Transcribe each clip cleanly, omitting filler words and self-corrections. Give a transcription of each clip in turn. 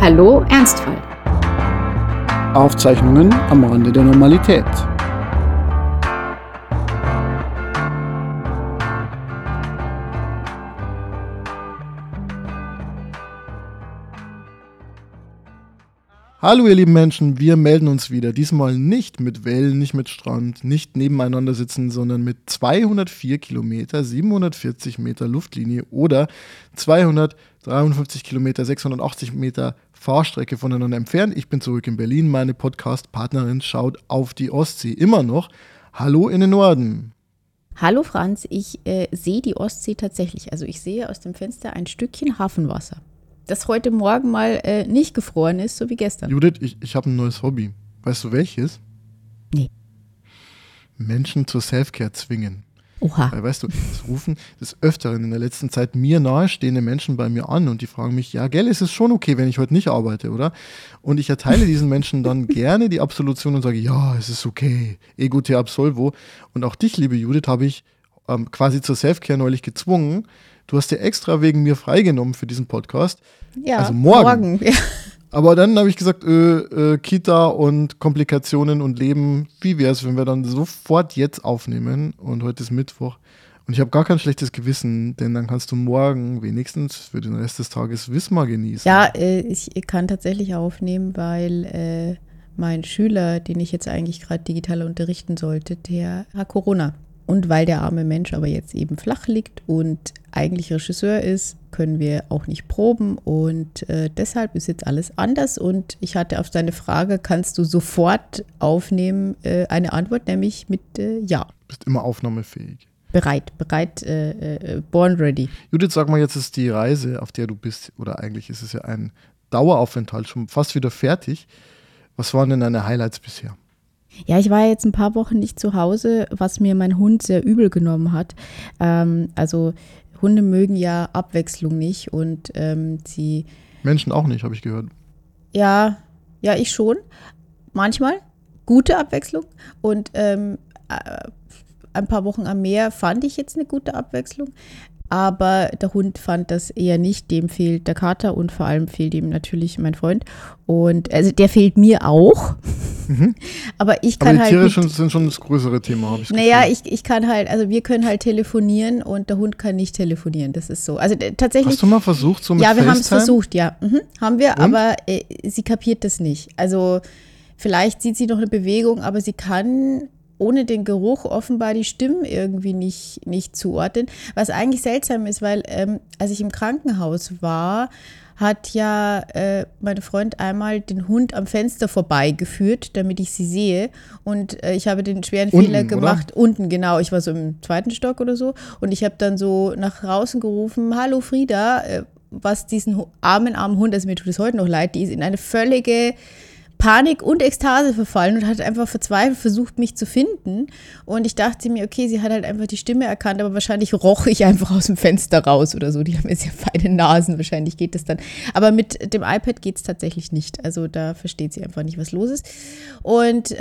Hallo Ernstfall. Aufzeichnungen am Rande der Normalität. Hallo ihr lieben Menschen, wir melden uns wieder. Diesmal nicht mit Wellen, nicht mit Strand, nicht nebeneinander sitzen, sondern mit 204 Kilometer, 740 Meter Luftlinie oder 253 Kilometer, 680 Meter Fahrstrecke voneinander entfernt. Ich bin zurück in Berlin, meine Podcast-Partnerin schaut auf die Ostsee immer noch. Hallo in den Norden. Hallo Franz, ich sehe die Ostsee tatsächlich. Also ich sehe aus dem Fenster ein Stückchen Hafenwasser, das heute Morgen mal nicht gefroren ist, so wie gestern. Judith, ich habe ein neues Hobby. Weißt du welches? Nee. Menschen zur Selfcare zwingen. Oha. Weil, weißt du, es rufen des Öfteren in der letzten Zeit mir nahestehende Menschen bei mir an und die fragen mich, ja, gell, es ist schon okay, wenn ich heute nicht arbeite, oder? Und ich erteile diesen Menschen dann gerne die Absolution und sage, ja, es ist okay, ego te absolvo. Und auch dich, liebe Judith, habe ich quasi zur Selfcare neulich gezwungen. Du hast dir extra wegen mir freigenommen für diesen Podcast. Ja, also morgen. Ja. Aber dann habe ich gesagt, Kita und Komplikationen und Leben, wie wäre es, wenn wir dann sofort jetzt aufnehmen? Und heute ist Mittwoch. Und ich habe gar kein schlechtes Gewissen, denn dann kannst du morgen wenigstens für den Rest des Tages Wismar genießen. Ja, ich kann tatsächlich aufnehmen, weil mein Schüler, den ich jetzt eigentlich gerade digital unterrichten sollte, der hat Corona. Und weil der arme Mensch aber jetzt eben flach liegt und eigentlich Regisseur ist, können wir auch nicht proben und deshalb ist jetzt alles anders und ich hatte auf deine Frage, kannst du sofort aufnehmen, eine Antwort, nämlich mit Ja. Bist immer aufnahmefähig. Bereit, born ready. Judith, sag mal, jetzt ist die Reise, auf der du bist, oder eigentlich ist es ja ein Daueraufenthalt, schon fast wieder fertig. Was waren denn deine Highlights bisher? Ja, ich war jetzt ein paar Wochen nicht zu Hause, was mir mein Hund sehr übel genommen hat. Also Hunde mögen ja Abwechslung nicht und sie... Menschen auch nicht, habe ich gehört. Ja, ich schon. Manchmal. Gute Abwechslung. Und ein paar Wochen am Meer fand ich jetzt eine gute Abwechslung. Aber der Hund fand das eher nicht. Dem fehlt der Kater und vor allem fehlt ihm natürlich mein Freund. Und also der fehlt mir auch. Mhm. Aber ich kann aber die halt. Tiere sind schon das größere Thema, habe ich gesagt. Naja, ich kann halt, also wir können halt telefonieren und der Hund kann nicht telefonieren. Das ist so. Also tatsächlich. Hast du mal versucht, so mit FaceTime? Ja, wir haben es versucht, ja. Haben wir, und? Aber sie kapiert das nicht. Also vielleicht sieht sie noch eine Bewegung, aber sie kann ohne den Geruch offenbar die Stimmen irgendwie nicht zuordnen. Was eigentlich seltsam ist, weil als ich im Krankenhaus war, hat ja mein Freund einmal den Hund am Fenster vorbeigeführt, damit ich sie sehe. Und ich habe den schweren Fehler gemacht. Oder? Unten, genau. Ich war so im 2. Stock oder so. Und ich habe dann so nach draußen gerufen, hallo Frieda, was diesen armen Hund, also mir tut es heute noch leid, die ist in eine völlige Panik und Ekstase verfallen und hat einfach verzweifelt versucht, mich zu finden. Und ich dachte mir, okay, sie hat halt einfach die Stimme erkannt, aber wahrscheinlich roch ich einfach aus dem Fenster raus oder so. Die haben jetzt ja feine Nasen, wahrscheinlich geht das dann. Aber mit dem iPad geht es tatsächlich nicht. Also da versteht sie einfach nicht, was los ist. Und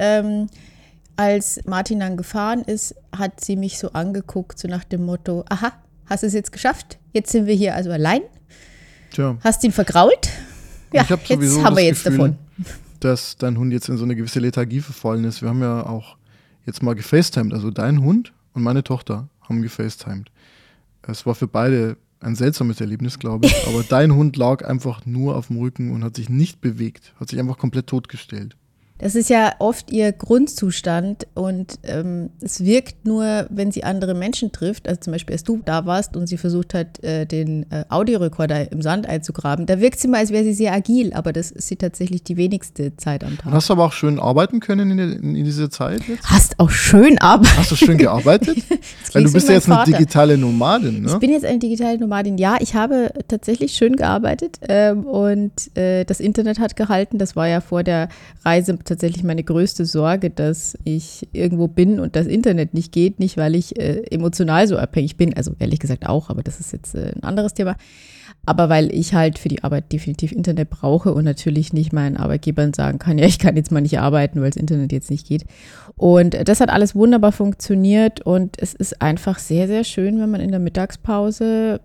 als Martin dann gefahren ist, hat sie mich so angeguckt, so nach dem Motto, aha, hast du es jetzt geschafft? Jetzt sind wir hier also allein. Tja. Hast ihn vergrault? Ja, jetzt haben wir jetzt davon. Dass dein Hund jetzt in so eine gewisse Lethargie verfallen ist. Wir haben ja auch jetzt mal gefacetimed. Also dein Hund und meine Tochter haben gefacetimed. Es war für beide ein seltsames Erlebnis, glaube ich. Aber dein Hund lag einfach nur auf dem Rücken und hat sich nicht bewegt. Hat sich einfach komplett totgestellt. Das ist ja oft ihr Grundzustand und es wirkt nur, wenn sie andere Menschen trifft, also zum Beispiel als du da warst und sie versucht hat, den Audiorekorder im Sand einzugraben, da wirkt sie mal, als wäre sie sehr agil, aber das ist sie tatsächlich die wenigste Zeit am Tag. Und hast du aber auch schön arbeiten können in dieser Zeit jetzt? Hast auch schön arbeiten. Hast du schön gearbeitet? Weil du bist ja jetzt eine digitale Nomadin, ne? Ich bin jetzt eine digitale Nomadin, ja, ich habe tatsächlich schön gearbeitet und das Internet hat gehalten, das war ja vor der Reise tatsächlich meine größte Sorge, dass ich irgendwo bin und das Internet nicht geht, nicht weil ich emotional so abhängig bin, also ehrlich gesagt auch, aber das ist jetzt ein anderes Thema, aber weil ich halt für die Arbeit definitiv Internet brauche und natürlich nicht meinen Arbeitgebern sagen kann, ja, ich kann jetzt mal nicht arbeiten, weil das Internet jetzt nicht geht. Und das hat alles wunderbar funktioniert und es ist einfach sehr, sehr schön, wenn man in der Mittagspause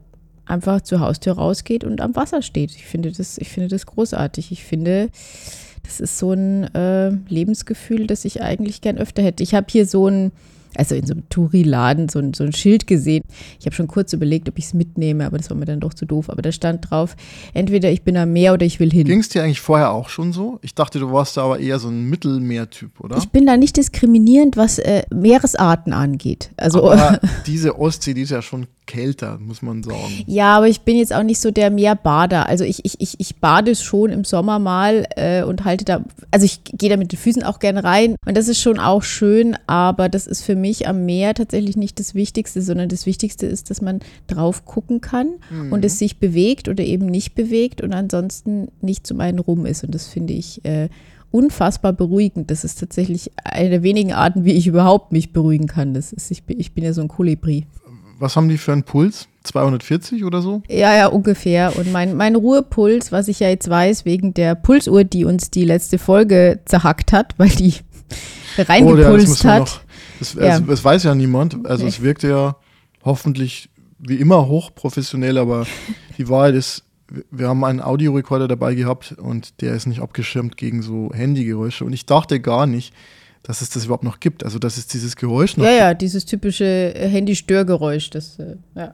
einfach zur Haustür rausgeht und am Wasser steht. Ich finde das großartig. Ich finde, das ist so ein Lebensgefühl, das ich eigentlich gern öfter hätte. Ich habe hier also in so einem Touri-Laden so ein Schild gesehen. Ich habe schon kurz überlegt, ob ich es mitnehme, aber das war mir dann doch zu doof. Aber da stand drauf, entweder ich bin am Meer oder ich will hin. Ging es dir eigentlich vorher auch schon so? Ich dachte, du warst da aber eher so ein Mittelmeertyp, oder? Ich bin da nicht diskriminierend, was Meeresarten angeht. Also, aber diese Ostsee, die ist ja schon kälter, muss man sagen. Ja, aber ich bin jetzt auch nicht so der Meerbader. Also ich bade schon im Sommer mal und halte da, also ich gehe da mit den Füßen auch gerne rein und das ist schon auch schön, aber das ist für mich am Meer tatsächlich nicht das Wichtigste, sondern das Wichtigste ist, dass man drauf gucken kann und es sich bewegt oder eben nicht bewegt und ansonsten nicht um einen rum ist und das finde ich unfassbar beruhigend. Das ist tatsächlich eine der wenigen Arten, wie ich überhaupt mich beruhigen kann. Ich bin ja so ein Kolibri. Was haben die für einen Puls? 240 oder so? Ja, ungefähr. Und mein Ruhepuls, was ich ja jetzt weiß, wegen der Pulsuhr, die uns die letzte Folge zerhackt hat, weil die reingepulst hat. Das weiß ja niemand. Also es wirkte ja hoffentlich wie immer hochprofessionell, aber die Wahrheit ist, wir haben einen Audiorekorder dabei gehabt und der ist nicht abgeschirmt gegen so Handygeräusche. Und ich dachte gar nicht, dass es das überhaupt noch gibt. Also, dass es dieses Geräusch noch gibt. Ja, dieses typische Handy-Störgeräusch. Ja,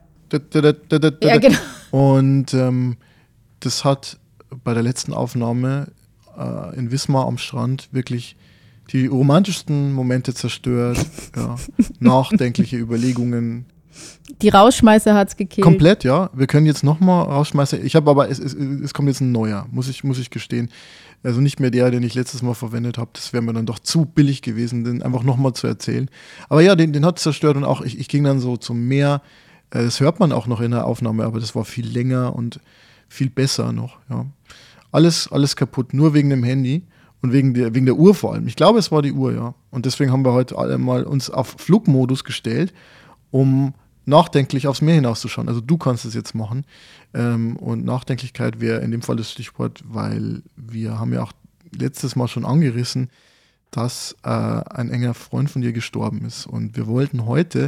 genau. Und das hat bei der letzten Aufnahme in Wismar am Strand wirklich die romantischsten Momente zerstört. Ja, nachdenkliche Überlegungen. Die Rausschmeißer hat es gekillt. Komplett, ja. Wir können jetzt nochmal Rausschmeißer. Ich habe aber, es kommt jetzt ein neuer, muss ich gestehen. Also nicht mehr der, den ich letztes Mal verwendet habe. Das wäre mir dann doch zu billig gewesen, den einfach nochmal zu erzählen. Aber ja, den hat es zerstört und auch ich ging dann so zum Meer. Das hört man auch noch in der Aufnahme, aber das war viel länger und viel besser noch. Ja. Alles kaputt, nur wegen dem Handy und wegen der Uhr vor allem. Ich glaube, es war die Uhr, ja. Und deswegen haben wir heute alle mal uns auf Flugmodus gestellt, um nachdenklich aufs Meer hinauszuschauen. Also du kannst es jetzt machen. Und Nachdenklichkeit wäre in dem Fall das Stichwort, weil wir haben ja auch letztes Mal schon angerissen, dass ein enger Freund von dir gestorben ist. Und wir wollten heute,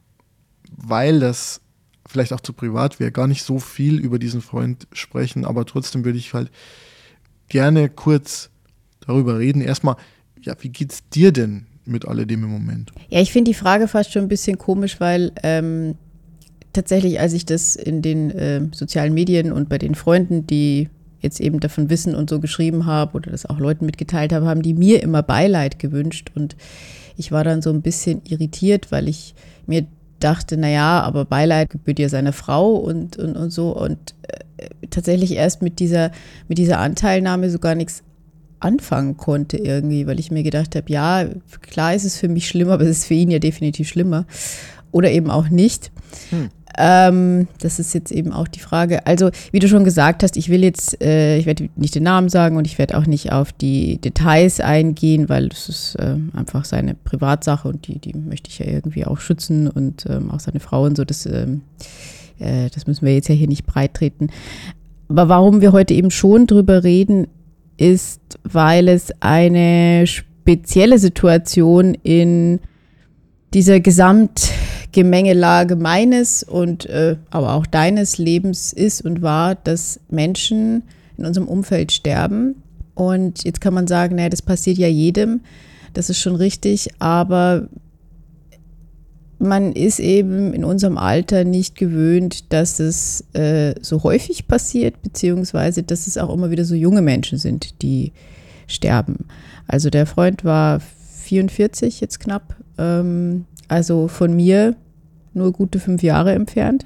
weil das vielleicht auch zu privat wäre, gar nicht so viel über diesen Freund sprechen, aber trotzdem würde ich halt gerne kurz darüber reden. Erstmal, ja, wie geht's dir denn mit alledem im Moment? Ja, ich finde die Frage fast schon ein bisschen komisch, weil tatsächlich, als ich das in den sozialen Medien und bei den Freunden, die jetzt eben davon wissen und so geschrieben habe oder das auch Leuten mitgeteilt habe, haben die mir immer Beileid gewünscht und ich war dann so ein bisschen irritiert, weil ich mir dachte, naja, aber Beileid gebührt ja seiner Frau und so und tatsächlich erst mit dieser Anteilnahme so gar nichts anfangen konnte irgendwie, weil ich mir gedacht habe, ja, klar ist es für mich schlimmer, aber es ist für ihn ja definitiv schlimmer oder eben auch nicht. Das ist jetzt eben auch die Frage. Also, wie du schon gesagt hast, ich werde nicht den Namen sagen und ich werde auch nicht auf die Details eingehen, weil das ist einfach seine Privatsache und die möchte ich ja irgendwie auch schützen und auch seine Frau und so, das müssen wir jetzt ja hier nicht breit treten. Aber warum wir heute eben schon drüber reden, ist, weil es eine spezielle Situation in dieser Gesamtgemengelage meines und aber auch deines Lebens ist und war, dass Menschen in unserem Umfeld sterben. Und jetzt kann man sagen, naja, das passiert ja jedem, das ist schon richtig, aber man ist eben in unserem Alter nicht gewöhnt, dass es so häufig passiert, beziehungsweise dass es auch immer wieder so junge Menschen sind, die sterben. Also der Freund war 44 jetzt knapp, also von mir nur gute 5 Jahre entfernt.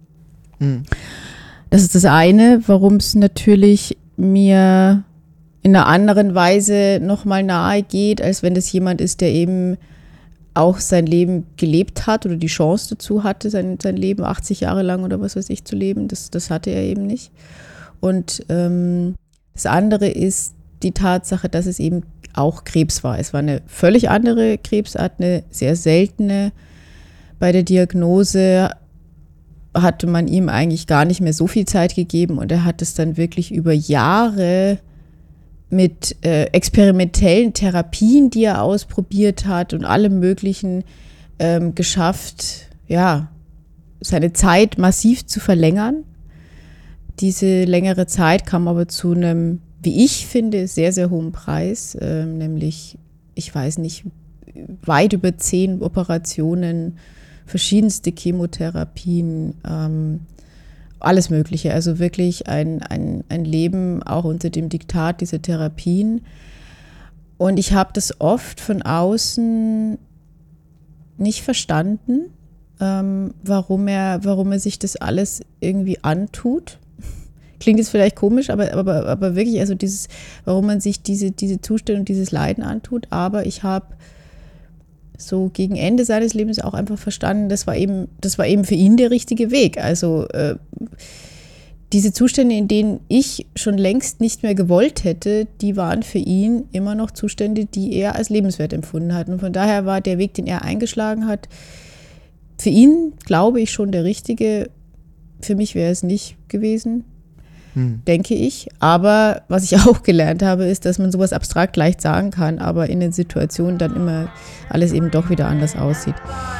Das ist das eine, warum es natürlich mir in einer anderen Weise nochmal nahe geht, als wenn das jemand ist, der eben auch sein Leben gelebt hat oder die Chance dazu hatte, sein Leben 80 Jahre lang oder was weiß ich zu leben. Das hatte er eben nicht. Und das andere ist die Tatsache, dass es eben auch Krebs war. Es war eine völlig andere Krebsart, eine sehr seltene. Bei der Diagnose hatte man ihm eigentlich gar nicht mehr so viel Zeit gegeben und er hat es dann wirklich über Jahre mit experimentellen Therapien, die er ausprobiert hat und allem Möglichen geschafft, ja, seine Zeit massiv zu verlängern. Diese längere Zeit kam aber zu einem, wie ich finde, sehr, sehr hohen Preis, nämlich, ich weiß nicht, weit über 10 Operationen, verschiedenste Chemotherapien, alles Mögliche. Also wirklich ein Leben auch unter dem Diktat dieser Therapien. Und ich habe das oft von außen nicht verstanden, warum er sich das alles irgendwie antut. Klingt jetzt vielleicht komisch, aber wirklich, also warum man sich diese Zustände und dieses Leiden antut. Aber ich habe so gegen Ende seines Lebens auch einfach verstanden, das war eben für ihn der richtige Weg. Also diese Zustände, in denen ich schon längst nicht mehr gewollt hätte, die waren für ihn immer noch Zustände, die er als lebenswert empfunden hat. Und von daher war der Weg, den er eingeschlagen hat, für ihn, glaube ich, schon der richtige. Für mich wäre es nicht gewesen, denke ich. Aber was ich auch gelernt habe, ist, dass man sowas abstrakt leicht sagen kann, aber in den Situationen dann immer alles eben doch wieder anders aussieht.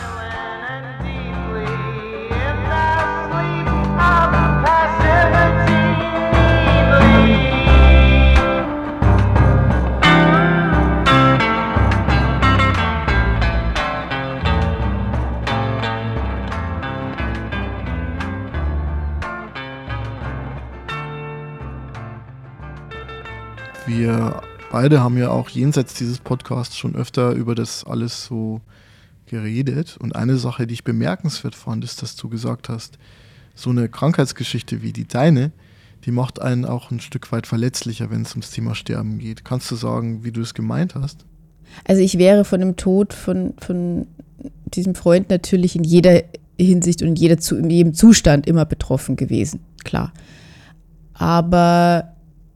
Wir beide haben ja auch jenseits dieses Podcasts schon öfter über das alles so geredet. Und eine Sache, die ich bemerkenswert fand, ist, dass du gesagt hast, so eine Krankheitsgeschichte wie die deine, die macht einen auch ein Stück weit verletzlicher, wenn es ums Thema Sterben geht. Kannst du sagen, wie du es gemeint hast? Also ich wäre von dem Tod von diesem Freund natürlich in jeder Hinsicht und in jedem Zustand immer betroffen gewesen, klar. Aber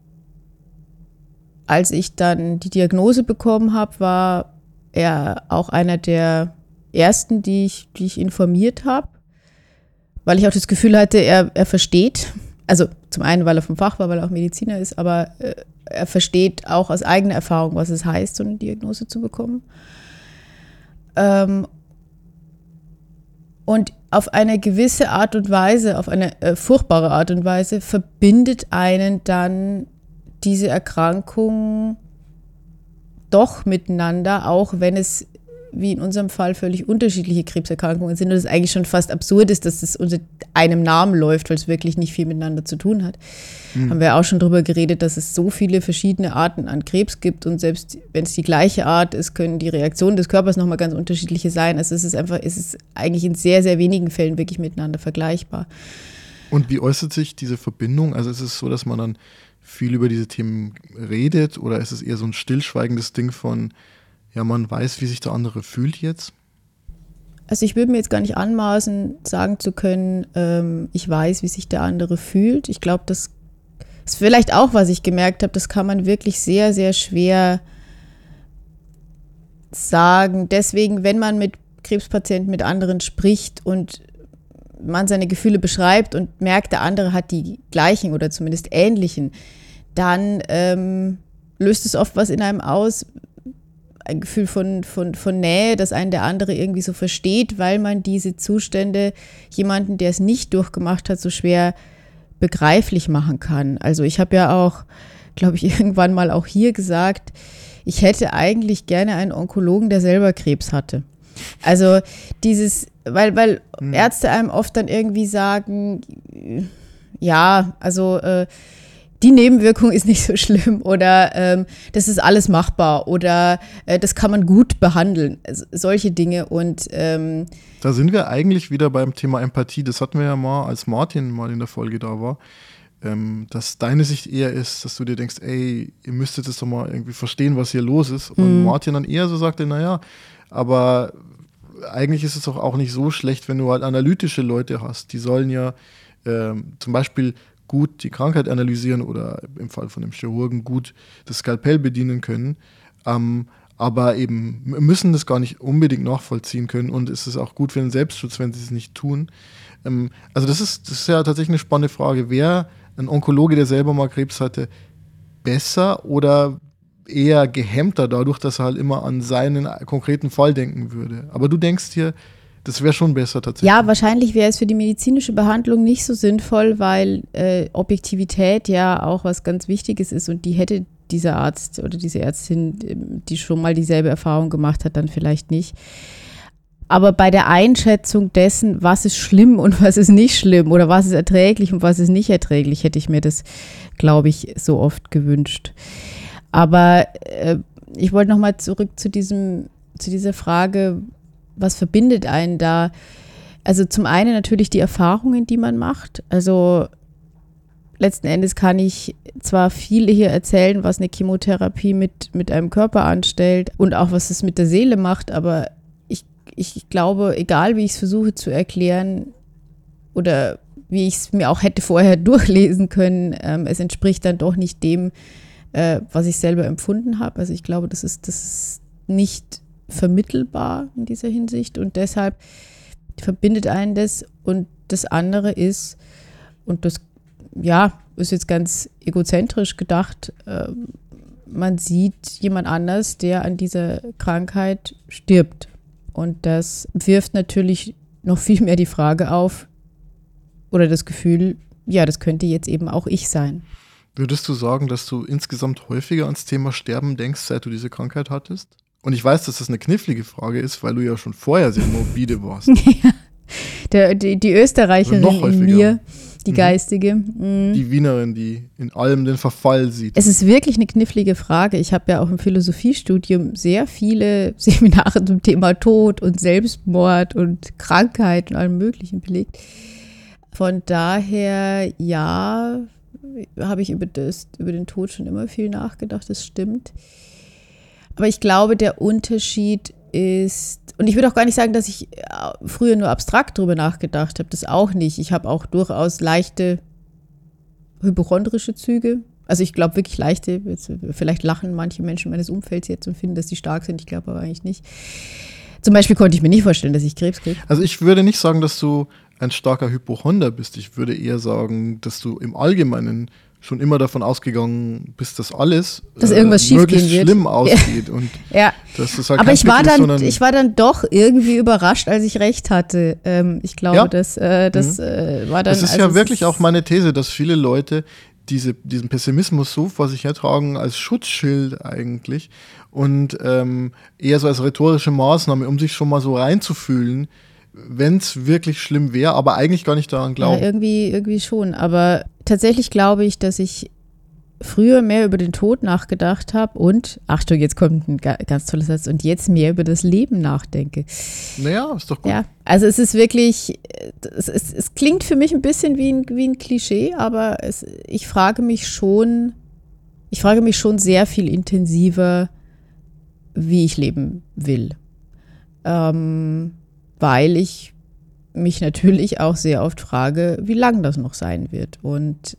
als ich dann die Diagnose bekommen habe, war er auch einer der ersten, die ich informiert habe, weil ich auch das Gefühl hatte, er versteht, also zum einen, weil er vom Fach war, weil er auch Mediziner ist, aber er versteht auch aus eigener Erfahrung, was es heißt, so eine Diagnose zu bekommen. Und auf eine gewisse Art und Weise, auf eine furchtbare Art und Weise, verbindet einen dann diese Erkrankungen doch miteinander, auch wenn es, wie in unserem Fall, völlig unterschiedliche Krebserkrankungen sind und es eigentlich schon fast absurd ist, dass es unter einem Namen läuft, weil es wirklich nicht viel miteinander zu tun hat. Haben wir auch schon darüber geredet, dass es so viele verschiedene Arten an Krebs gibt und selbst wenn es die gleiche Art ist, können die Reaktionen des Körpers nochmal ganz unterschiedliche sein. Also es ist eigentlich in sehr, sehr wenigen Fällen wirklich miteinander vergleichbar. Und wie äußert sich diese Verbindung? Also ist es so, dass man dann viel über diese Themen redet oder ist es eher so ein stillschweigendes Ding von, ja, man weiß, wie sich der andere fühlt jetzt? Also ich würde mir jetzt gar nicht anmaßen, sagen zu können, ich weiß, wie sich der andere fühlt. Ich glaube, das ist vielleicht auch, was ich gemerkt habe, das kann man wirklich sehr, sehr schwer sagen. Deswegen, wenn man mit Krebspatienten, mit anderen spricht und man seine Gefühle beschreibt und merkt, der andere hat die gleichen oder zumindest ähnlichen, dann löst es oft was in einem aus, ein Gefühl von Nähe, dass einen der andere irgendwie so versteht, weil man diese Zustände jemanden, der es nicht durchgemacht hat, so schwer begreiflich machen kann. Also ich habe ja auch, glaube ich, irgendwann mal auch hier gesagt, ich hätte eigentlich gerne einen Onkologen, der selber Krebs hatte. Also weil Ärzte einem oft dann irgendwie sagen, ja, also die Nebenwirkung ist nicht so schlimm oder das ist alles machbar oder das kann man gut behandeln, solche Dinge. Und da sind wir eigentlich wieder beim Thema Empathie. Das hatten wir ja mal, als Martin mal in der Folge da war, dass deine Sicht eher ist, dass du dir denkst, ey, ihr müsstet es doch mal irgendwie verstehen, was hier los ist. Und Martin dann eher so sagte, naja, aber eigentlich ist es doch auch nicht so schlecht, wenn du halt analytische Leute hast. Die sollen ja zum Beispiel gut die Krankheit analysieren oder im Fall von einem Chirurgen gut das Skalpell bedienen können, aber eben müssen das gar nicht unbedingt nachvollziehen können und es ist auch gut für den Selbstschutz, wenn sie es nicht tun. Also das ist ja tatsächlich eine spannende Frage. Wäre ein Onkologe, der selber mal Krebs hatte, besser oder eher gehemmter dadurch, dass er halt immer an seinen konkreten Fall denken würde? Aber du denkst hier, Das wäre schon besser tatsächlich. Ja, wahrscheinlich wäre es für die medizinische Behandlung nicht so sinnvoll, weil Objektivität ja auch was ganz Wichtiges ist und die hätte dieser Arzt oder diese Ärztin, die schon mal dieselbe Erfahrung gemacht hat, dann vielleicht nicht. Aber bei der Einschätzung dessen, was ist schlimm und was ist nicht schlimm oder was ist erträglich und was ist nicht erträglich, hätte ich mir das, glaube ich, so oft gewünscht. Aber ich wollte nochmal zurück zu dieser Frage, was verbindet einen da? Also zum einen natürlich die Erfahrungen, die man macht. Also letzten Endes kann ich zwar viel hier erzählen, was eine Chemotherapie mit einem Körper anstellt und auch was es mit der Seele macht, aber ich glaube, egal wie ich es versuche zu erklären oder wie ich es mir auch hätte vorher durchlesen können, es entspricht dann doch nicht dem, was ich selber empfunden habe. Also ich glaube, das ist nicht vermittelbar in dieser Hinsicht und deshalb verbindet einen das. Und das andere ist, und das ist jetzt ganz egozentrisch gedacht, man sieht jemand anders, der an dieser Krankheit stirbt. Und das wirft natürlich noch viel mehr die Frage auf oder das Gefühl, ja, das könnte jetzt eben auch ich sein. Würdest du sagen, dass du insgesamt häufiger ans Thema Sterben denkst, seit du diese Krankheit hattest? Und ich weiß, dass das eine knifflige Frage ist, weil du ja schon vorher sehr morbide warst. Ja, die Österreicherin also in mir, die Geistige. Die Wienerin, die in allem den Verfall sieht. Es ist wirklich eine knifflige Frage. Ich habe ja auch im Philosophiestudium sehr viele Seminare zum Thema Tod und Selbstmord und Krankheit und allem Möglichen belegt. Von daher, ja, habe ich über den Tod schon immer viel nachgedacht, das stimmt. Aber ich glaube, der Unterschied ist, und ich würde auch gar nicht sagen, dass ich früher nur abstrakt drüber nachgedacht habe, das auch nicht. Ich habe auch durchaus leichte hypochondrische Züge. Also ich glaube wirklich leichte, vielleicht lachen manche Menschen meines Umfelds jetzt und finden, dass die stark sind. Ich glaube aber eigentlich nicht. Zum Beispiel konnte ich mir nicht vorstellen, dass ich Krebs kriege. Also ich würde nicht sagen, dass du ein starker Hypochonder bist. Ich würde eher sagen, dass du im Allgemeinen schon immer davon ausgegangen bist, dass alles irgendwas möglichst schlimm ausgeht. Und ja. dass das halt aber ich war dann doch irgendwie überrascht, als ich recht hatte. Ich glaube, ja. das war dann. Das ist ja wirklich auch meine These, dass viele Leute diesen Pessimismus so vor sich hertragen als Schutzschild eigentlich und eher so als rhetorische Maßnahme, um sich schon mal so reinzufühlen, wenn es wirklich schlimm wäre, aber eigentlich gar nicht daran glauben. Ja, irgendwie schon. Aber tatsächlich glaube ich, dass ich früher mehr über den Tod nachgedacht habe und, Achtung, jetzt kommt ein ganz toller Satz, und jetzt mehr über das Leben nachdenke. Naja, ist doch gut. Ja, also es ist wirklich, es klingt für mich ein bisschen wie ein Klischee, aber ich frage mich schon sehr viel intensiver, wie ich leben will. Weil ich mich natürlich auch sehr oft frage, wie lang das noch sein wird. Und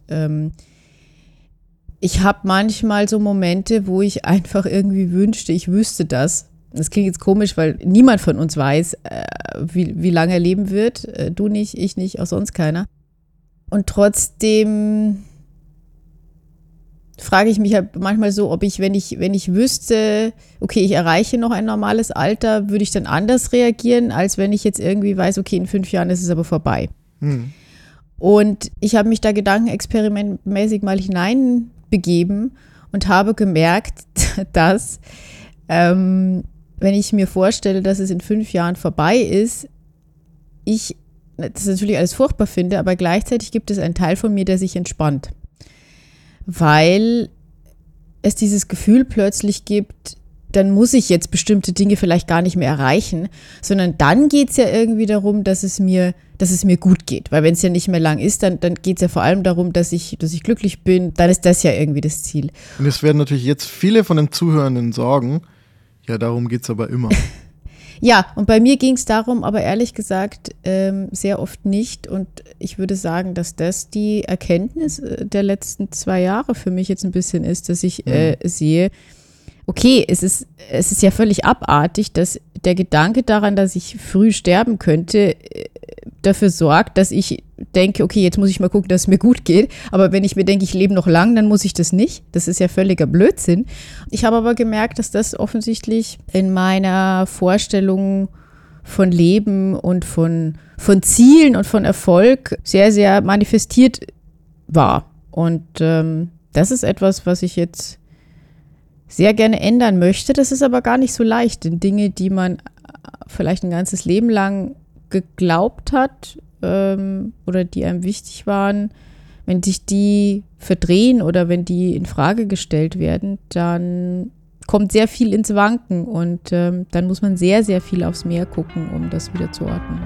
ich habe manchmal so Momente, wo ich einfach irgendwie wünschte, ich wüsste das. Das klingt jetzt komisch, weil niemand von uns weiß, wie lange er leben wird. Du nicht, ich nicht, auch sonst keiner. Und trotzdem frage ich mich halt manchmal so, ob ich, wenn ich wüsste, okay, ich erreiche noch ein normales Alter, würde ich dann anders reagieren, als wenn ich jetzt irgendwie weiß, okay, in 5 Jahren ist es aber vorbei. Und ich habe mich da gedankenexperimentmäßig mal hineinbegeben und habe gemerkt, dass, wenn ich mir vorstelle, dass es in 5 Jahren vorbei ist, ich das natürlich alles furchtbar finde, aber gleichzeitig gibt es einen Teil von mir, der sich entspannt. Weil es dieses Gefühl plötzlich gibt, dann muss ich jetzt bestimmte Dinge vielleicht gar nicht mehr erreichen, sondern dann geht es ja irgendwie darum, dass es mir gut geht. Weil wenn es ja nicht mehr lang ist, dann geht es ja vor allem darum, dass ich glücklich bin. Dann ist das ja irgendwie das Ziel. Und es werden natürlich jetzt viele von den Zuhörenden sagen, ja, darum geht es aber immer. Ja, und bei mir ging es darum, aber ehrlich gesagt sehr oft nicht. Und ich würde sagen, dass das die Erkenntnis der letzten 2 Jahre für mich jetzt ein bisschen ist, dass ich sehe, okay, es ist ja völlig abartig, dass der Gedanke daran, dass ich früh sterben könnte, dafür sorgt, dass ich denke, okay, jetzt muss ich mal gucken, dass es mir gut geht. Aber wenn ich mir denke, ich lebe noch lang, dann muss ich das nicht. Das ist ja völliger Blödsinn. Ich habe aber gemerkt, dass das offensichtlich in meiner Vorstellung Leben und von Zielen und von Erfolg sehr, sehr manifestiert war. Und das ist etwas, was ich jetzt sehr gerne ändern möchte. Das ist aber gar nicht so leicht, denn Dinge, die man vielleicht ein ganzes Leben lang geglaubt hat oder die einem wichtig waren, wenn sich die verdrehen oder wenn die in Frage gestellt werden, dann kommt sehr viel ins Wanken und dann muss man sehr, sehr viel aufs Meer gucken, um das wieder zu ordnen.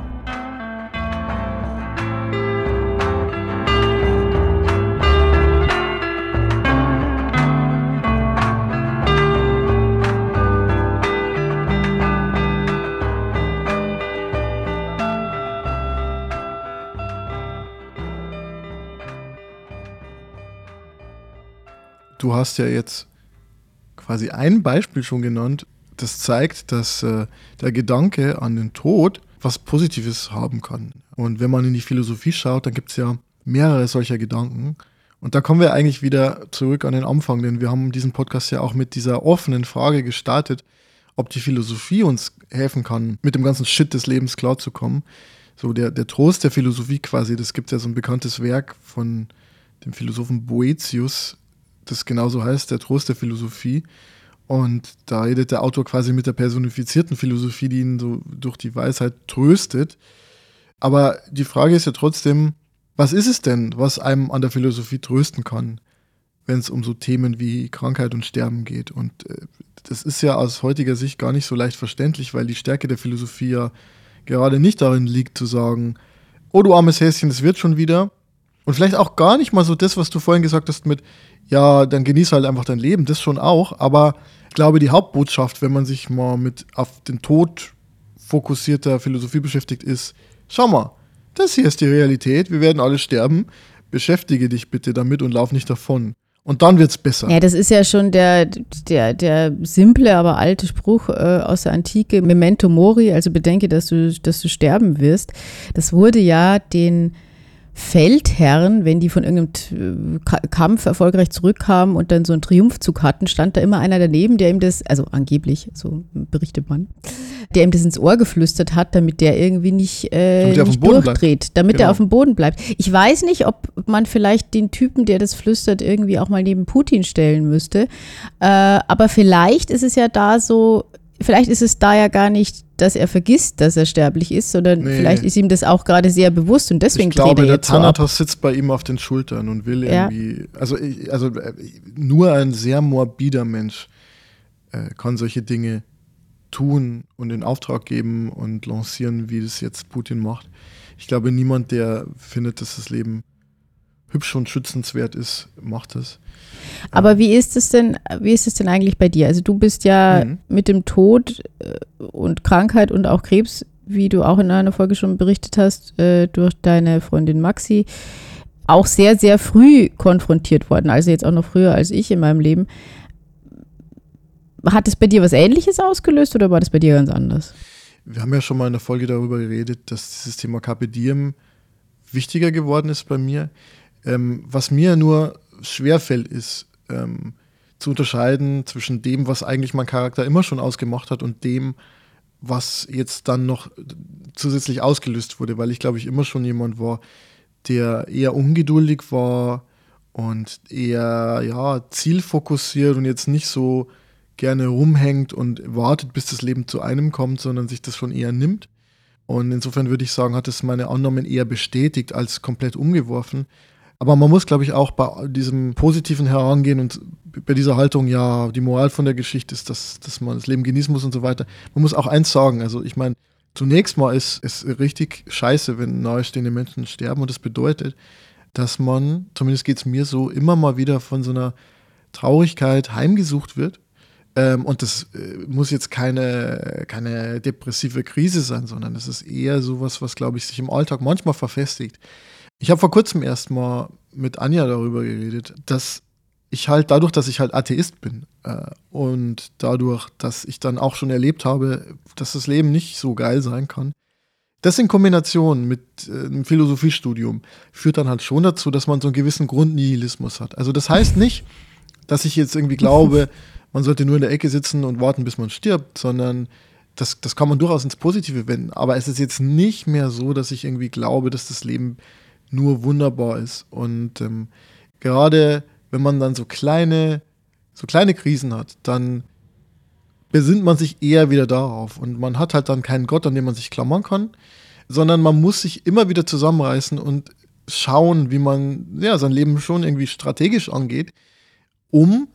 Du hast ja jetzt quasi ein Beispiel schon genannt, das zeigt, dass der Gedanke an den Tod was Positives haben kann. Und wenn man in die Philosophie schaut, dann gibt es ja mehrere solcher Gedanken. Und da kommen wir eigentlich wieder zurück an den Anfang, denn wir haben diesen Podcast ja auch mit dieser offenen Frage gestartet, ob die Philosophie uns helfen kann, mit dem ganzen Shit des Lebens klarzukommen. So der Trost der Philosophie quasi, das gibt ja so ein bekanntes Werk von dem Philosophen Boëthius, das genauso heißt, der Trost der Philosophie. Und da redet der Autor quasi mit der personifizierten Philosophie, die ihn so durch die Weisheit tröstet. Aber die Frage ist ja trotzdem, was ist es denn, was einem an der Philosophie trösten kann, wenn es um so Themen wie Krankheit und Sterben geht? Und das ist ja aus heutiger Sicht gar nicht so leicht verständlich, weil die Stärke der Philosophie ja gerade nicht darin liegt, zu sagen, oh du armes Häschen, es wird schon wieder. Und vielleicht auch gar nicht mal so das, was du vorhin gesagt hast mit, ja, dann genieß halt einfach dein Leben, das schon auch. Aber ich glaube, die Hauptbotschaft, wenn man sich mal mit auf den Tod fokussierter Philosophie beschäftigt, ist, schau mal, das hier ist die Realität, wir werden alle sterben, beschäftige dich bitte damit und lauf nicht davon. Und dann wird's besser. Ja, das ist ja schon der simple, aber alte Spruch aus der Antike, Memento Mori, also bedenke, dass du sterben wirst. Das wurde ja den Feldherren, wenn die von irgendeinem Kampf erfolgreich zurückkamen und dann so einen Triumphzug hatten, stand da immer einer daneben, der ihm das, also angeblich, so berichtet man, der ihm das ins Ohr geflüstert hat, damit der irgendwie nicht durchdreht, damit er auf dem Boden bleibt. Ich weiß nicht, ob man vielleicht den Typen, der das flüstert, irgendwie auch mal neben Putin stellen müsste, aber vielleicht ist es ja da so, vielleicht ist es da ja gar nicht, dass er vergisst, dass er sterblich ist, sondern vielleicht ist ihm das auch gerade sehr bewusst und deswegen dreht er jetzt so ab. Ich glaube, der Thanatos sitzt bei ihm auf den Schultern und will irgendwie, also nur ein sehr morbider Mensch kann solche Dinge tun und in Auftrag geben und lancieren, wie das jetzt Putin macht. Ich glaube, niemand, der findet, dass das Leben hübsch und schützenswert ist, macht das. Aber wie ist es denn eigentlich bei dir? Also du bist ja mit dem Tod und Krankheit und auch Krebs, wie du auch in einer Folge schon berichtet hast, durch deine Freundin Maxi, auch sehr, sehr früh konfrontiert worden. Also jetzt auch noch früher als ich in meinem Leben. Hat es bei dir was Ähnliches ausgelöst oder war das bei dir ganz anders? Wir haben ja schon mal in der Folge darüber geredet, dass dieses Thema Carpe Diem wichtiger geworden ist bei mir. Was mir nur schwerfällt, ist zu unterscheiden zwischen dem, was eigentlich mein Charakter immer schon ausgemacht hat und dem, was jetzt dann noch zusätzlich ausgelöst wurde, weil ich, glaube ich, immer schon jemand war, der eher ungeduldig war und eher zielfokussiert und jetzt nicht so gerne rumhängt und wartet, bis das Leben zu einem kommt, sondern sich das schon eher nimmt. Und insofern würde ich sagen, hat es meine Annahmen eher bestätigt als komplett umgeworfen. Aber man muss, glaube ich, auch bei diesem positiven Herangehen und bei dieser Haltung, ja, die Moral von der Geschichte ist, dass man das Leben genießen muss und so weiter. Man muss auch eins sagen, also ich meine, zunächst mal ist es richtig scheiße, wenn nahestehende Menschen sterben und das bedeutet, dass man, zumindest geht es mir so, immer mal wieder von so einer Traurigkeit heimgesucht wird. Und das muss jetzt keine depressive Krise sein, sondern es ist eher sowas, was, glaube ich, sich im Alltag manchmal verfestigt. Ich habe vor kurzem erst mal mit Anja darüber geredet, dass ich halt dadurch, dass ich halt Atheist bin und dadurch, dass ich dann auch schon erlebt habe, dass das Leben nicht so geil sein kann, das in Kombination mit einem Philosophiestudium führt dann halt schon dazu, dass man so einen gewissen Grundnihilismus hat. Also das heißt nicht, dass ich jetzt irgendwie glaube, man sollte nur in der Ecke sitzen und warten, bis man stirbt, sondern das kann man durchaus ins Positive wenden. Aber es ist jetzt nicht mehr so, dass ich irgendwie glaube, dass das Leben nur wunderbar ist. Und gerade wenn man dann so kleine Krisen hat, dann besinnt man sich eher wieder darauf. Und man hat halt dann keinen Gott, an dem man sich klammern kann, sondern man muss sich immer wieder zusammenreißen und schauen, wie man sein Leben schon irgendwie strategisch angeht, um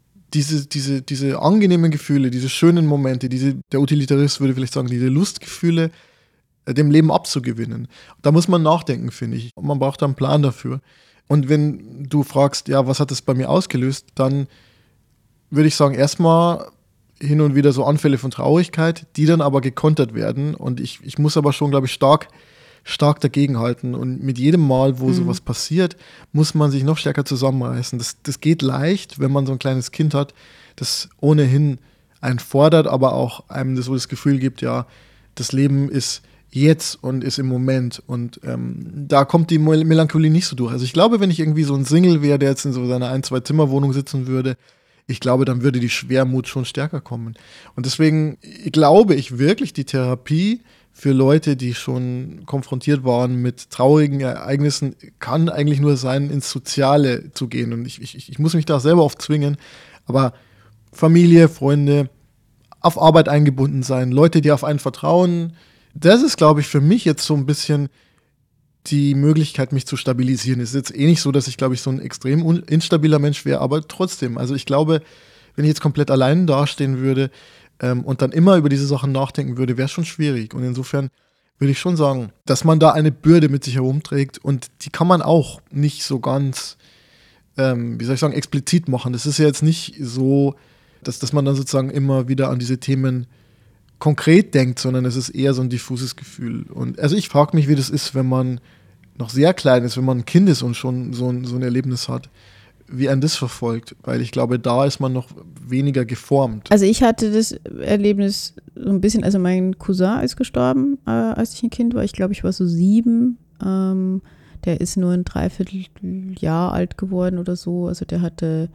diese angenehmen Gefühle, diese schönen Momente, der Utilitarist würde vielleicht sagen, diese Lustgefühle dem Leben abzugewinnen. Da muss man nachdenken, finde ich. Und man braucht da einen Plan dafür. Und wenn du fragst, ja, was hat das bei mir ausgelöst, dann würde ich sagen, erstmal hin und wieder so Anfälle von Traurigkeit, die dann aber gekontert werden. Und ich muss aber schon, glaube ich, stark dagegenhalten. Und mit jedem Mal, wo sowas passiert, muss man sich noch stärker zusammenreißen. Das geht leicht, wenn man so ein kleines Kind hat, das ohnehin einen fordert, aber auch einem so das Gefühl gibt, ja, das Leben ist jetzt und ist im Moment. Und da kommt die Melancholie nicht so durch. Also ich glaube, wenn ich irgendwie so ein Single wäre, der jetzt in so seiner 1-2-Zimmer-Wohnung sitzen würde, ich glaube, dann würde die Schwermut schon stärker kommen. Und deswegen glaube ich wirklich, die Therapie für Leute, die schon konfrontiert waren mit traurigen Ereignissen, kann eigentlich nur sein, ins Soziale zu gehen. Und ich muss mich da selber oft zwingen. Aber Familie, Freunde, auf Arbeit eingebunden sein, Leute, die auf einen vertrauen, das ist, glaube ich, für mich jetzt so ein bisschen die Möglichkeit, mich zu stabilisieren. Es ist jetzt nicht so, dass ich, glaube ich, so ein extrem instabiler Mensch wäre, aber trotzdem. Also ich glaube, wenn ich jetzt komplett allein dastehen würde und dann immer über diese Sachen nachdenken würde, wäre es schon schwierig. Und insofern würde ich schon sagen, dass man da eine Bürde mit sich herumträgt und die kann man auch nicht so ganz, explizit machen. Das ist ja jetzt nicht so, dass man dann sozusagen immer wieder an diese Themen konkret denkt, sondern es ist eher so ein diffuses Gefühl. Und also ich frage mich, wie das ist, wenn man noch sehr klein ist, wenn man ein Kind ist und schon so ein Erlebnis hat, wie einen das verfolgt, weil ich glaube, da ist man noch weniger geformt. Also ich hatte das Erlebnis so ein bisschen, also mein Cousin ist gestorben, als ich ein Kind war. Ich glaube, ich war so 7. Der ist nur ein Dreivierteljahr alt geworden oder so. Also der hatte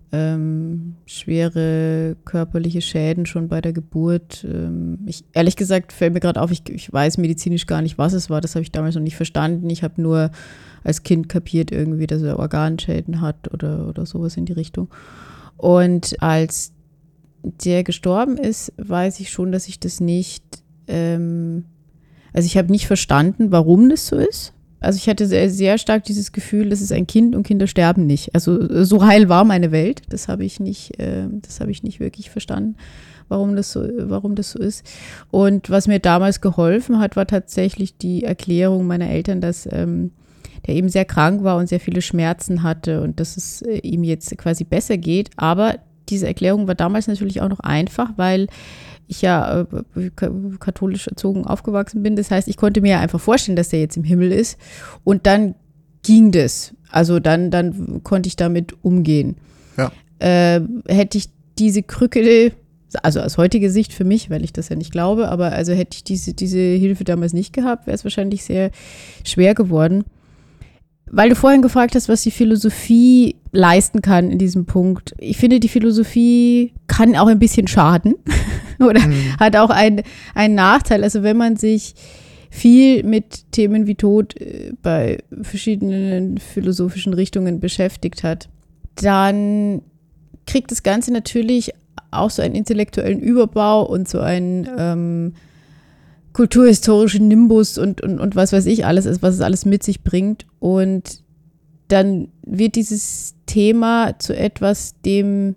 schwere körperliche Schäden schon bei der Geburt. Ehrlich gesagt fällt mir gerade auf, ich weiß medizinisch gar nicht, was es war. Das habe ich damals noch nicht verstanden. Ich habe nur als Kind kapiert irgendwie, dass er Organschäden hat oder sowas in die Richtung. Und als der gestorben ist, weiß ich schon, dass ich das nicht, also ich habe nicht verstanden, warum das so ist. Also ich hatte sehr, sehr stark dieses Gefühl, das ist ein Kind und Kinder sterben nicht. Also so heil war meine Welt. Das habe ich nicht wirklich verstanden, warum das so ist. Und was mir damals geholfen hat, war tatsächlich die Erklärung meiner Eltern, dass der eben sehr krank war und sehr viele Schmerzen hatte und dass es ihm jetzt quasi besser geht. Aber diese Erklärung war damals natürlich auch noch einfach, weil ich ja katholisch erzogen aufgewachsen bin. Das heißt, ich konnte mir einfach vorstellen, dass der jetzt im Himmel ist. Und dann ging das. Also dann konnte ich damit umgehen. Ja. Hätte ich diese Krücke, also aus heutiger Sicht für mich, weil ich das ja nicht glaube, aber also hätte ich diese Hilfe damals nicht gehabt, wäre es wahrscheinlich sehr schwer geworden. Weil du vorhin gefragt hast, was die Philosophie leisten kann in diesem Punkt. Ich finde, die Philosophie kann auch ein bisschen schaden oder hat auch einen Nachteil. Also wenn man sich viel mit Themen wie Tod bei verschiedenen philosophischen Richtungen beschäftigt hat, dann kriegt das Ganze natürlich auch so einen intellektuellen Überbau und so einen kulturhistorischen Nimbus und was weiß ich alles, was es alles mit sich bringt. Und dann wird dieses Thema zu etwas, dem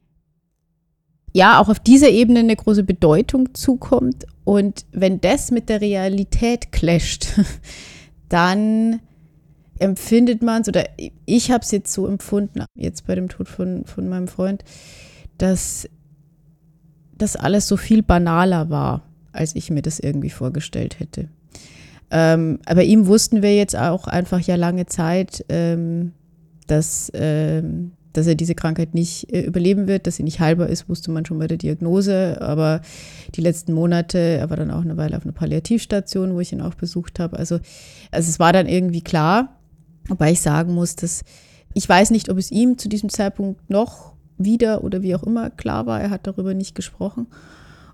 ja auch auf dieser Ebene eine große Bedeutung zukommt. Und wenn das mit der Realität clasht, dann empfindet man es, oder ich habe es jetzt so empfunden, jetzt bei dem Tod von meinem Freund, dass das alles so viel banaler war, als ich mir das irgendwie vorgestellt hätte. Aber ihm wussten wir jetzt auch einfach ja lange Zeit, dass er diese Krankheit nicht überleben wird, dass sie nicht heilbar ist, wusste man schon bei der Diagnose. Aber die letzten Monate, er war dann auch eine Weile auf einer Palliativstation, wo ich ihn auch besucht habe. Also es war dann irgendwie klar, wobei ich sagen muss, dass ich weiß nicht, ob es ihm zu diesem Zeitpunkt noch wieder oder wie auch immer klar war. Er hat darüber nicht gesprochen.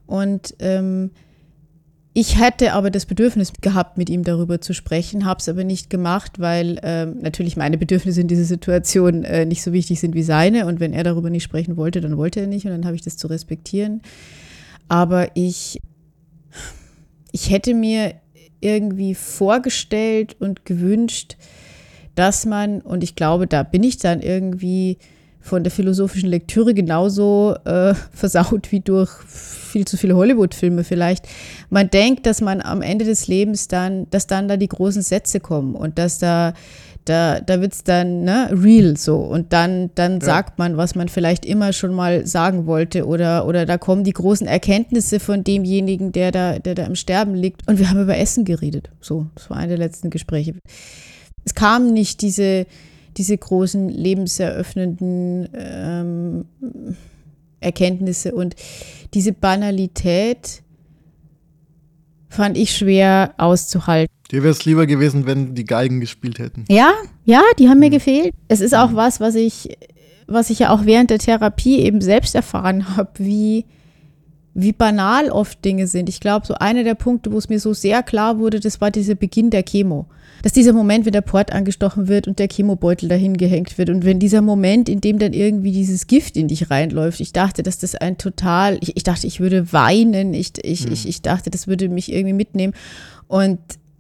Und ich hätte aber das Bedürfnis gehabt, mit ihm darüber zu sprechen, habe es aber nicht gemacht, weil natürlich meine Bedürfnisse in dieser Situation nicht so wichtig sind wie seine. Und wenn er darüber nicht sprechen wollte, dann wollte er nicht und dann habe ich das zu respektieren. Aber ich hätte mir irgendwie vorgestellt und gewünscht, dass man, und ich glaube, da bin ich dann irgendwie von der philosophischen Lektüre genauso versaut wie durch viel zu viele Hollywood-Filme vielleicht. Man denkt, dass man am Ende des Lebens dass dann da die großen Sätze kommen und dass da wird es dann real so und dann sagt man, was man vielleicht immer schon mal sagen wollte oder da kommen die großen Erkenntnisse von demjenigen, der da im Sterben liegt. Und wir haben über Essen geredet. So, das war eine der letzten Gespräche. Es kamen nicht diese großen lebenseröffnenden Erkenntnisse und diese Banalität fand ich schwer auszuhalten. Dir wäre es lieber gewesen, wenn die Geigen gespielt hätten. Ja, die haben mir gefehlt. Es ist auch was ich ja auch während der Therapie eben selbst erfahren habe, wie banal oft Dinge sind. Ich glaube, so einer der Punkte, wo es mir so sehr klar wurde, das war dieser Beginn der Chemo. Dass dieser Moment, wenn der Port angestochen wird und der Chemobeutel dahin gehängt wird und wenn dieser Moment, in dem dann irgendwie dieses Gift in dich reinläuft, ich dachte, dass das ich dachte, ich würde weinen, ich dachte, das würde mich irgendwie mitnehmen und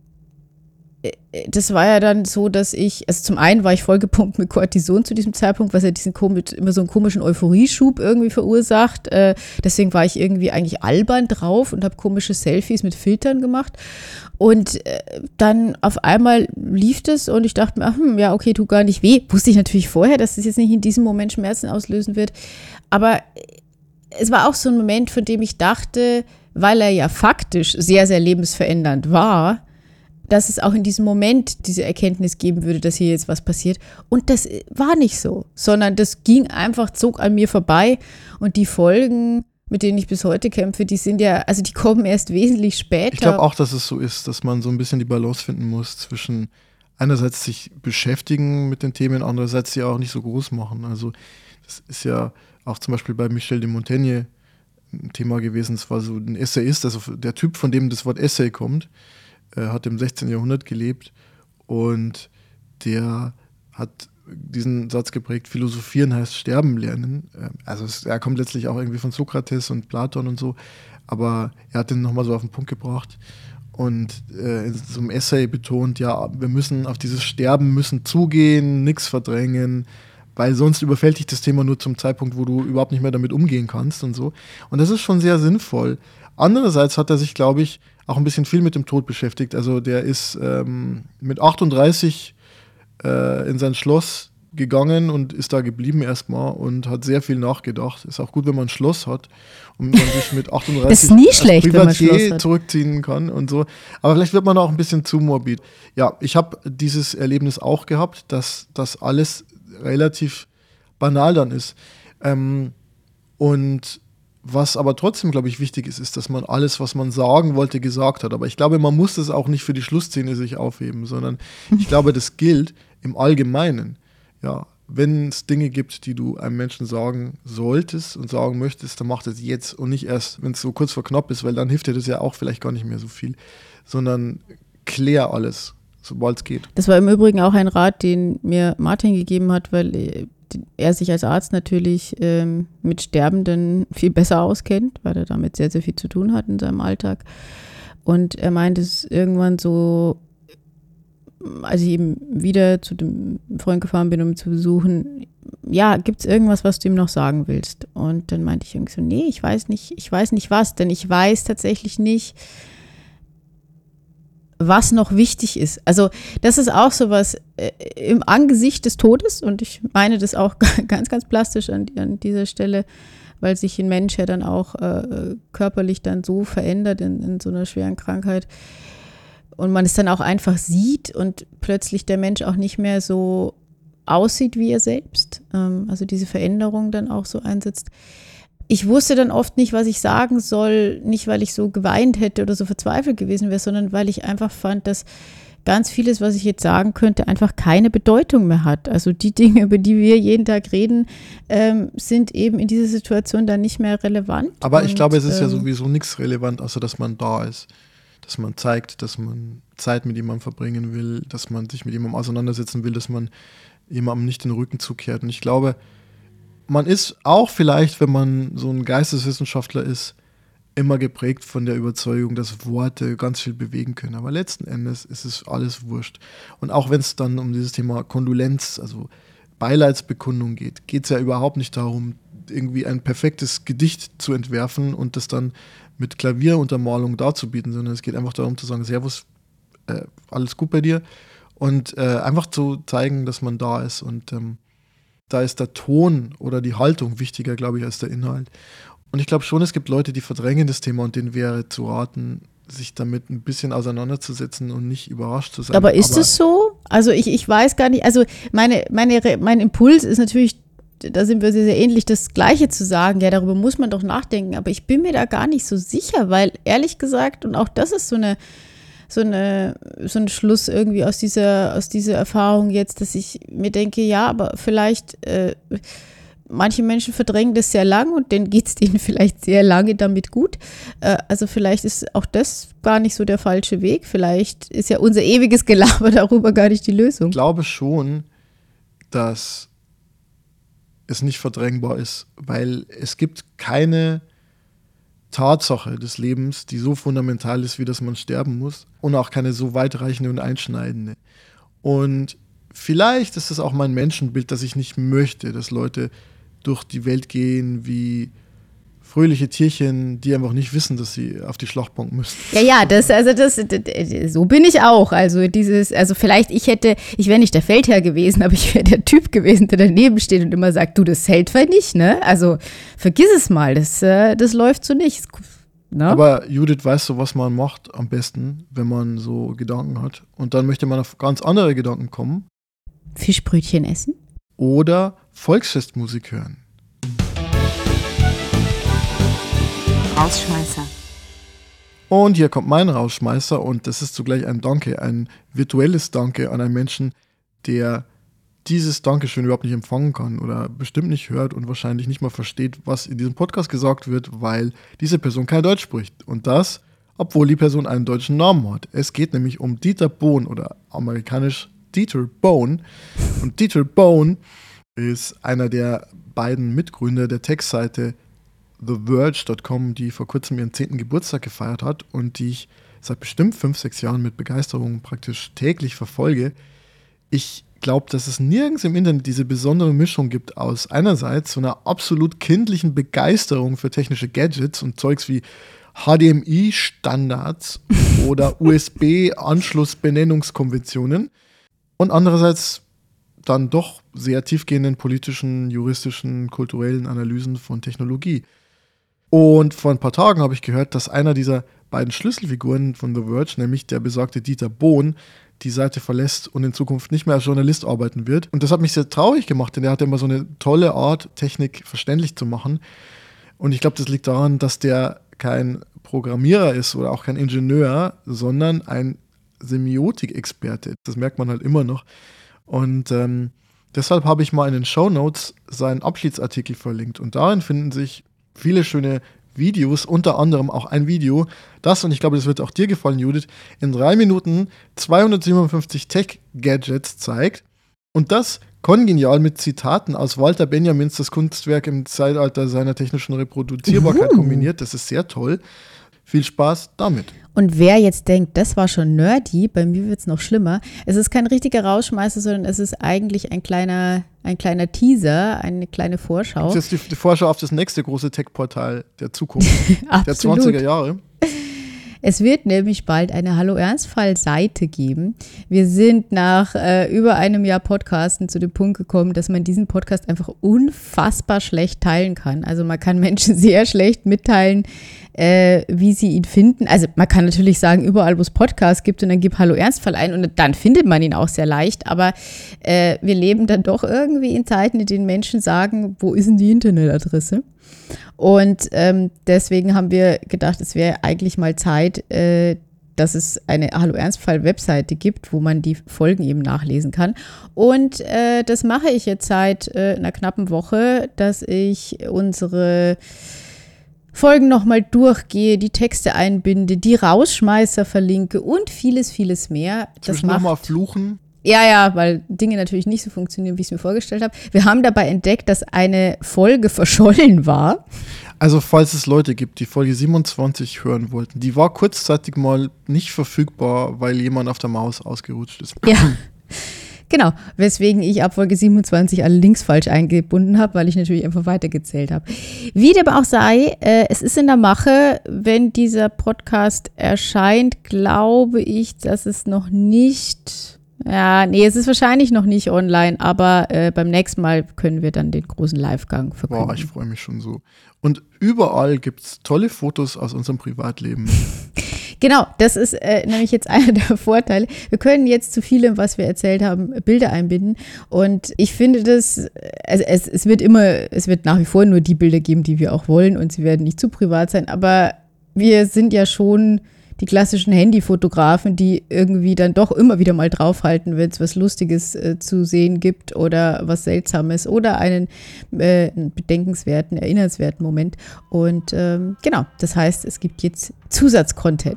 das war ja dann so, dass also zum einen war ich vollgepumpt mit Cortison zu diesem Zeitpunkt, was ja immer so einen komischen Euphorieschub irgendwie verursacht. Deswegen war ich irgendwie eigentlich albern drauf und habe komische Selfies mit Filtern gemacht. Und dann auf einmal lief das und ich dachte mir, ja, okay, tut gar nicht weh. Wusste ich natürlich vorher, dass das jetzt nicht in diesem Moment Schmerzen auslösen wird. Aber es war auch so ein Moment, von dem ich dachte, weil er ja faktisch sehr, sehr lebensverändernd war, dass es auch in diesem Moment diese Erkenntnis geben würde, dass hier jetzt was passiert. Und das war nicht so, sondern das zog an mir vorbei. Und die Folgen, mit denen ich bis heute kämpfe, die kommen erst wesentlich später. Ich glaube auch, dass es so ist, dass man so ein bisschen die Balance finden muss zwischen einerseits sich beschäftigen mit den Themen, andererseits sie auch nicht so groß machen. Also das ist ja auch zum Beispiel bei Michel de Montaigne ein Thema gewesen. Es war so ein Essayist, also der Typ, von dem das Wort Essay kommt, hat im 16. Jahrhundert gelebt und der hat diesen Satz geprägt, Philosophieren heißt sterben lernen. Also er kommt letztlich auch irgendwie von Sokrates und Platon und so, aber er hat den nochmal so auf den Punkt gebracht und in so einem Essay betont, ja, wir müssen auf dieses Sterben zugehen, nichts verdrängen, weil sonst überfällt dich das Thema nur zum Zeitpunkt, wo du überhaupt nicht mehr damit umgehen kannst und so. Und das ist schon sehr sinnvoll. Andererseits hat er sich, glaube ich, auch ein bisschen viel mit dem Tod beschäftigt. Also der ist mit 38 in sein Schloss gegangen und ist da geblieben erstmal und hat sehr viel nachgedacht. Ist auch gut, wenn man ein Schloss hat und man sich mit 38 das ist nie schlecht, wenn man Schloss hat, zurückziehen kann und so. Aber vielleicht wird man auch ein bisschen zu morbid. Ja, ich habe dieses Erlebnis auch gehabt, dass das alles relativ banal dann ist. Und was aber trotzdem, glaube ich, wichtig ist, dass man alles, was man sagen wollte, gesagt hat. Aber ich glaube, man muss das auch nicht für die Schlussszene sich aufheben, sondern ich glaube, das gilt im Allgemeinen. Ja, wenn es Dinge gibt, die du einem Menschen sagen solltest und sagen möchtest, dann mach das jetzt und nicht erst, wenn es so kurz vor knapp ist, weil dann hilft dir das ja auch vielleicht gar nicht mehr so viel, sondern klär alles, sobald es geht. Das war im Übrigen auch ein Rat, den mir Martin gegeben hat, weil er sich als Arzt natürlich mit Sterbenden viel besser auskennt, weil er damit sehr, sehr viel zu tun hat in seinem Alltag. Und er meinte es irgendwann so, als ich eben wieder zu dem Freund gefahren bin, um ihn zu besuchen, ja, gibt es irgendwas, was du ihm noch sagen willst? Und dann meinte ich irgendwie so, nee, ich weiß nicht was, denn ich weiß tatsächlich nicht, was noch wichtig ist. Also das ist auch so was im Angesicht des Todes, und ich meine das auch ganz, ganz plastisch an dieser Stelle, weil sich ein Mensch ja dann auch körperlich dann so verändert in so einer schweren Krankheit und man es dann auch einfach sieht und plötzlich der Mensch auch nicht mehr so aussieht wie er selbst, also diese Veränderung dann auch so einsetzt. Ich wusste dann oft nicht, was ich sagen soll, nicht weil ich so geweint hätte oder so verzweifelt gewesen wäre, sondern weil ich einfach fand, dass ganz vieles, was ich jetzt sagen könnte, einfach keine Bedeutung mehr hat. Also die Dinge, über die wir jeden Tag reden, sind eben in dieser Situation dann nicht mehr relevant. Aber ich glaube, es ist ja sowieso nichts relevant, außer dass man da ist. Dass man zeigt, dass man Zeit mit jemandem verbringen will, dass man sich mit jemandem auseinandersetzen will, dass man jemandem nicht den Rücken zukehrt. Und ich glaube, man ist auch vielleicht, wenn man so ein Geisteswissenschaftler ist, immer geprägt von der Überzeugung, dass Worte ganz viel bewegen können. Aber letzten Endes ist es alles wurscht. Und auch wenn es dann um dieses Thema Kondolenz, also Beileidsbekundung geht, geht es ja überhaupt nicht darum, irgendwie ein perfektes Gedicht zu entwerfen und das dann mit Klavieruntermalung darzubieten, sondern es geht einfach darum zu sagen, Servus, alles gut bei dir und einfach zu zeigen, dass man da ist. Und da ist der Ton oder die Haltung wichtiger, glaube ich, als der Inhalt. Und ich glaube schon, es gibt Leute, die verdrängen das Thema und denen wäre zu raten, sich damit ein bisschen auseinanderzusetzen und nicht überrascht zu sein. Aber ist es so? Also ich weiß gar nicht, also mein Impuls ist natürlich, da sind wir sehr, sehr ähnlich, das Gleiche zu sagen, ja, darüber muss man doch nachdenken, aber ich bin mir da gar nicht so sicher, weil ehrlich gesagt, und auch das ist so ein Schluss irgendwie aus dieser Erfahrung jetzt, dass ich mir denke, ja, aber vielleicht manche Menschen verdrängen das sehr lang und denen geht es denen vielleicht sehr lange damit gut. Also vielleicht ist auch das gar nicht so der falsche Weg. Vielleicht ist ja unser ewiges Gelaber darüber gar nicht die Lösung. Ich glaube schon, dass es nicht verdrängbar ist, weil es gibt keine Tatsache des Lebens, die so fundamental ist, wie dass man sterben muss und auch keine so weitreichende und einschneidende. Und vielleicht ist es auch mein Menschenbild, dass ich nicht möchte, dass Leute durch die Welt gehen wie fröhliche Tierchen, die einfach nicht wissen, dass sie auf die Schlachtbank müssen. Ja, so bin ich auch. Also vielleicht, ich wäre nicht der Feldherr gewesen, aber ich wäre der Typ gewesen, der daneben steht und immer sagt, du, das hält weil nicht, ne? Also vergiss es mal, das läuft so nicht. Ne? Aber Judith, weißt du, was man macht am besten, wenn man so Gedanken hat? Und dann möchte man auf ganz andere Gedanken kommen. Fischbrötchen essen? Oder Volksfestmusik hören. Rausschmeißer. Und hier kommt mein Rausschmeißer und das ist zugleich ein Danke, ein virtuelles Danke an einen Menschen, der dieses Dankeschön überhaupt nicht empfangen kann oder bestimmt nicht hört und wahrscheinlich nicht mal versteht, was in diesem Podcast gesagt wird, weil diese Person kein Deutsch spricht. Und das, obwohl die Person einen deutschen Namen hat. Es geht nämlich um Dieter Bohn oder amerikanisch Dieter Bohn. Und Dieter Bohn ist einer der beiden Mitgründer der Tech-Seite TheVerge.com, die vor kurzem ihren 10. Geburtstag gefeiert hat und die ich seit bestimmt 5-6 Jahren mit Begeisterung praktisch täglich verfolge. Ich glaube, dass es nirgends im Internet diese besondere Mischung gibt aus einerseits so einer absolut kindlichen Begeisterung für technische Gadgets und Zeugs wie HDMI-Standards oder USB-Anschlussbenennungskonventionen und andererseits dann doch sehr tiefgehenden politischen, juristischen, kulturellen Analysen von Technologie. Und vor ein paar Tagen habe ich gehört, dass einer dieser beiden Schlüsselfiguren von The Verge, nämlich der besagte Dieter Bohn, die Seite verlässt und in Zukunft nicht mehr als Journalist arbeiten wird. Und das hat mich sehr traurig gemacht, denn er hatte immer so eine tolle Art, Technik verständlich zu machen. Und ich glaube, das liegt daran, dass der kein Programmierer ist oder auch kein Ingenieur, sondern ein Semiotikexperte. Das merkt man halt immer noch. Und deshalb habe ich mal in den Shownotes seinen Abschiedsartikel verlinkt. Und darin finden sich viele schöne Videos, unter anderem auch ein Video, das, und ich glaube, das wird auch dir gefallen, Judith, in 3 Minuten 257 Tech-Gadgets zeigt. Und das kongenial mit Zitaten aus Walter Benjamins Das Kunstwerk im Zeitalter seiner technischen Reproduzierbarkeit kombiniert. Das ist sehr toll. Viel Spaß damit. Und wer jetzt denkt, das war schon nerdy, bei mir wird es noch schlimmer. Es ist kein richtiger Rausschmeißer, sondern es ist eigentlich ein kleiner Teaser, eine kleine Vorschau. Das ist jetzt die Vorschau auf das nächste große Tech-Portal der Zukunft, der 20er Jahre. Es wird nämlich bald eine Hallo-Ernstfall-Seite geben. Wir sind nach über einem Jahr Podcasten zu dem Punkt gekommen, dass man diesen Podcast einfach unfassbar schlecht teilen kann. Also man kann Menschen sehr schlecht mitteilen, wie sie ihn finden. Also man kann natürlich sagen, überall wo es Podcasts gibt und dann gib Hallo-Ernstfall ein und dann findet man ihn auch sehr leicht. Aber wir leben dann doch irgendwie in Zeiten, in denen Menschen sagen, wo ist denn die Internetadresse? Und deswegen haben wir gedacht, es wäre eigentlich mal Zeit, dass es eine Hallo Ernstfall-Webseite gibt, wo man die Folgen eben nachlesen kann. Und das mache ich jetzt seit einer knappen Woche, dass ich unsere Folgen nochmal durchgehe, die Texte einbinde, die Rausschmeißer verlinke und vieles, vieles mehr. Das nochmal fluchen. Ja, weil Dinge natürlich nicht so funktionieren, wie ich es mir vorgestellt habe. Wir haben dabei entdeckt, dass eine Folge verschollen war. Also falls es Leute gibt, die Folge 27 hören wollten, die war kurzzeitig mal nicht verfügbar, weil jemand auf der Maus ausgerutscht ist. Ja, genau. Weswegen ich ab Folge 27 alle Links falsch eingebunden habe, weil ich natürlich einfach weitergezählt habe. Wie dem auch sei, es ist in der Mache. Wenn dieser Podcast erscheint, glaube ich, dass es noch nicht... Ja, nee, es ist wahrscheinlich noch nicht online, aber beim nächsten Mal können wir dann den großen Livegang verkünden. Boah, ich freue mich schon so. Und überall gibt es tolle Fotos aus unserem Privatleben. Genau, das ist nämlich jetzt einer der Vorteile. Wir können jetzt zu vielem, was wir erzählt haben, Bilder einbinden. Und ich finde das, also es wird nach wie vor nur die Bilder geben, die wir auch wollen, und sie werden nicht zu privat sein. Aber wir sind ja schon die klassischen Handyfotografen, die irgendwie dann doch immer wieder mal draufhalten, wenn es was Lustiges zu sehen gibt oder was Seltsames oder einen bedenkenswerten, erinnernswerten Moment. Und genau, das heißt, es gibt jetzt Zusatzcontent.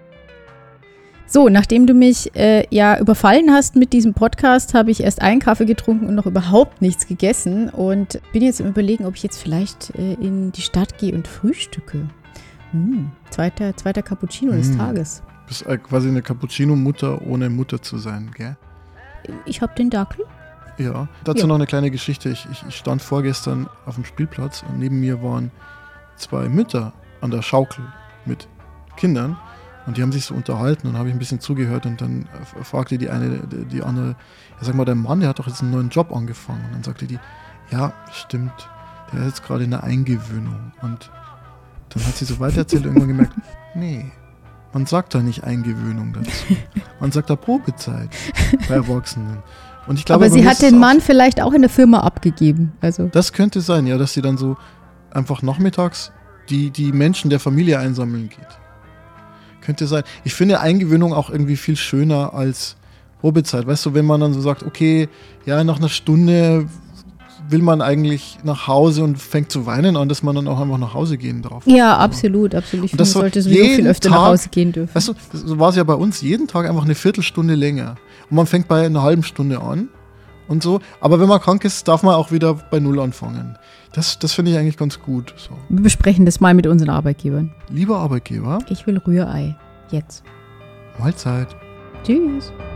So, nachdem du mich überfallen hast mit diesem Podcast, habe ich erst einen Kaffee getrunken und noch überhaupt nichts gegessen und bin jetzt im Überlegen, ob ich jetzt vielleicht in die Stadt gehe und frühstücke. Zweiter Cappuccino des Tages. Du bist quasi eine Cappuccino-Mutter, ohne Mutter zu sein, gell? Ich hab den Dackel. Ja, dazu noch eine kleine Geschichte. Ich stand vorgestern auf dem Spielplatz und neben mir waren 2 Mütter an der Schaukel mit Kindern und die haben sich so unterhalten und habe ich ein bisschen zugehört und dann fragte die eine, die andere, ja, sag mal, der Mann, der hat doch jetzt einen neuen Job angefangen. Und dann sagte die, ja, stimmt, der ist jetzt gerade in der Eingewöhnung. Und dann hat sie so weitererzählt und irgendwann gemerkt, nee, man sagt da nicht Eingewöhnung dazu. Man sagt da Probezeit bei Erwachsenen. Und ich glaube, aber sie hat den Mann vielleicht auch in der Firma abgegeben. Also. Das könnte sein, ja, dass sie dann so einfach nachmittags die Menschen der Familie einsammeln geht. Könnte sein. Ich finde Eingewöhnung auch irgendwie viel schöner als Probezeit. Weißt du, wenn man dann so sagt, okay, ja, nach einer Stunde will man eigentlich nach Hause und fängt zu weinen an, dass man dann auch einfach nach Hause gehen darf. Ja, absolut. Ich finde, man sollte sowieso viel öfter nach Hause gehen dürfen. Weißt du, so war es ja bei uns jeden Tag einfach eine Viertelstunde länger. Und man fängt bei einer halben Stunde an und so. Aber wenn man krank ist, darf man auch wieder bei Null anfangen. Das finde ich eigentlich ganz gut. So. Wir besprechen das mal mit unseren Arbeitgebern. Lieber Arbeitgeber. Ich will Rührei. Jetzt. Mahlzeit. Tschüss.